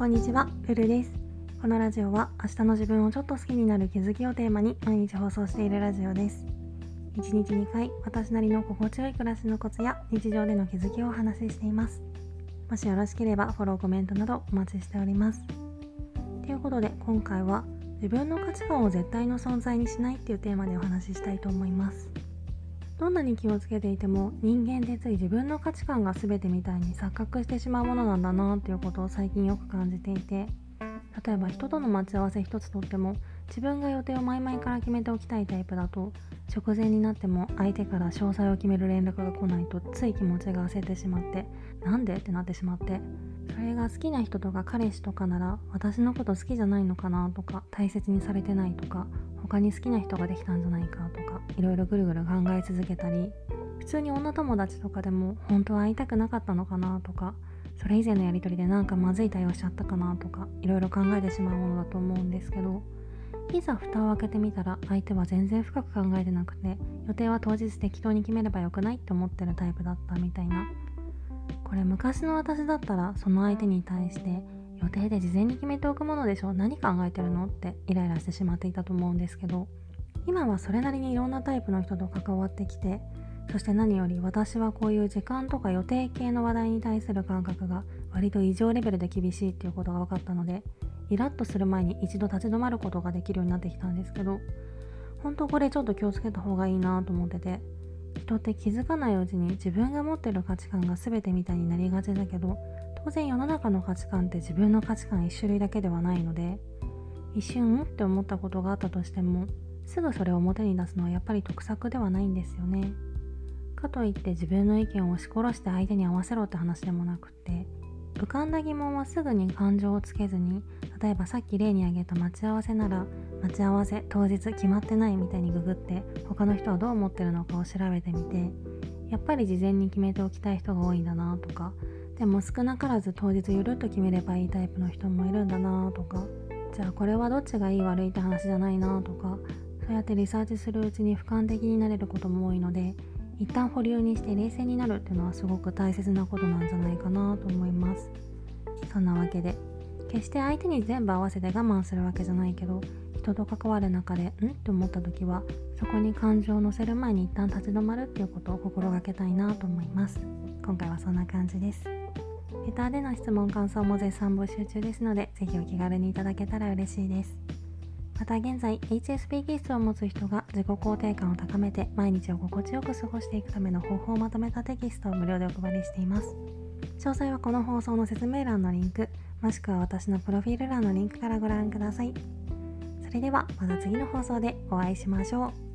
こんにちは、ルルです。このラジオは明日の自分をちょっと好きになる気づきをテーマに毎日放送しているラジオです。1日2回、私なりの心地よい暮らしのコツや日常での気づきをお話ししています。もしよろしければフォロー、コメントなどお待ちしております。ということで今回は自分の価値観を絶対の存在にしないっていうテーマでお話ししたいと思います。どんなに気をつけていても人間ってつい自分の価値観が全てみたいに錯覚してしまうものなんだなっていうことを最近よく感じていて、例えば人との待ち合わせ一つとっても自分が予定を前々から決めておきたいタイプだと、直前になっても相手から詳細を決める連絡が来ないとつい気持ちが焦ってしまって、なんでってなってしまって、それが好きな人とか彼氏とかなら私のこと好きじゃないのかなとか、大切にされてないとか、他に好きな人ができたんじゃないかとか、いろいろぐるぐる考え続けたり、普通に女友達とかでも本当は会いたくなかったのかなとか、それ以前のやり取りでなんかまずい対応しちゃったかなとか、いろいろ考えてしまうものだと思うんですけど、いざ蓋を開けてみたら相手は全然深く考えてなくて、予定は当日適当に決めればよくないって思ってるタイプだったみたいな。これ昔の私だったらその相手に対して、予定で事前に決めておくものでしょ、何考えてるのってイライラしてしまっていたと思うんですけど、今はそれなりにいろんなタイプの人と関わってきて、そして何より私はこういう時間とか予定系の話題に対する感覚が割と異常レベルで厳しいっていうことが分かったので、イラッとする前に一度立ち止まることができるようになってきたんですけど、本当これちょっと気をつけた方がいいなと思ってて、人って気づかないうちに自分が持ってる価値観が全てみたいになりがちだけど、当然世の中の価値観って自分の価値観一種類だけではないので、一瞬って思ったことがあったとしてもすぐそれを表に出すのはやっぱり得策ではないんですよね。かといって自分の意見を押し殺して相手に合わせろって話でもなくって、浮かんだ疑問はすぐに感情をつけずに、例えばさっき例に挙げた待ち合わせなら、待ち合わせ当日決まってないみたいにググって他の人はどう思ってるのかを調べてみて、やっぱり事前に決めておきたい人が多いんだなとか、でも少なからず当日ゆるっと決めればいいタイプの人もいるんだなとか、じゃあこれはどっちがいい悪いって話じゃないなとか、そうやってリサーチするうちに俯瞰的になれることも多いので、一旦保留にして冷静になるっていうのはすごく大切なことなんじゃないかなと思います。そんなわけで、決して相手に全部合わせて我慢するわけじゃないけど、人と関わる中でって思った時はそこに感情を乗せる前に一旦立ち止まるっていうことを心がけたいなと思います。今回はそんな感じです。レターでの質問感想も絶賛募集中ですので、ぜひお気軽にいただけたら嬉しいです。また現在 HSP 気質を持つ人が自己肯定感を高めて毎日を心地よく過ごしていくための方法をまとめたテキストを無料でお配りしています。詳細はこの放送の説明欄のリンク、もしくは私のプロフィール欄のリンクからご覧ください。それではまた次の放送でお会いしましょう。